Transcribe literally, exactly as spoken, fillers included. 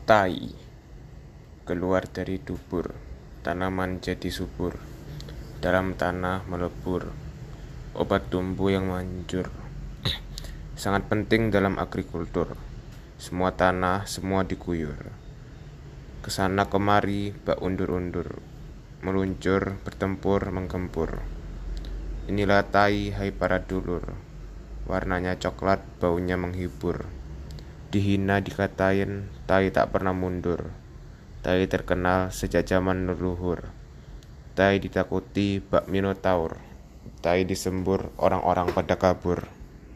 Tai keluar dari dubur, tanaman jadi subur, dalam tanah melebur, obat tumbuh yang manjur. Sangat penting dalam agrikultur, semua tanah, semua diguyur. Kesana kemari, bak undur-undur, meluncur, bertempur, menggempur. Inilah tai, hai para dulur, warnanya coklat, baunya menghibur. Dihina dikatain, tai tak pernah mundur. Tai terkenal sejak zaman leluhur. Tai ditakuti bak minotaur. Tai disembur, orang-orang pada kabur.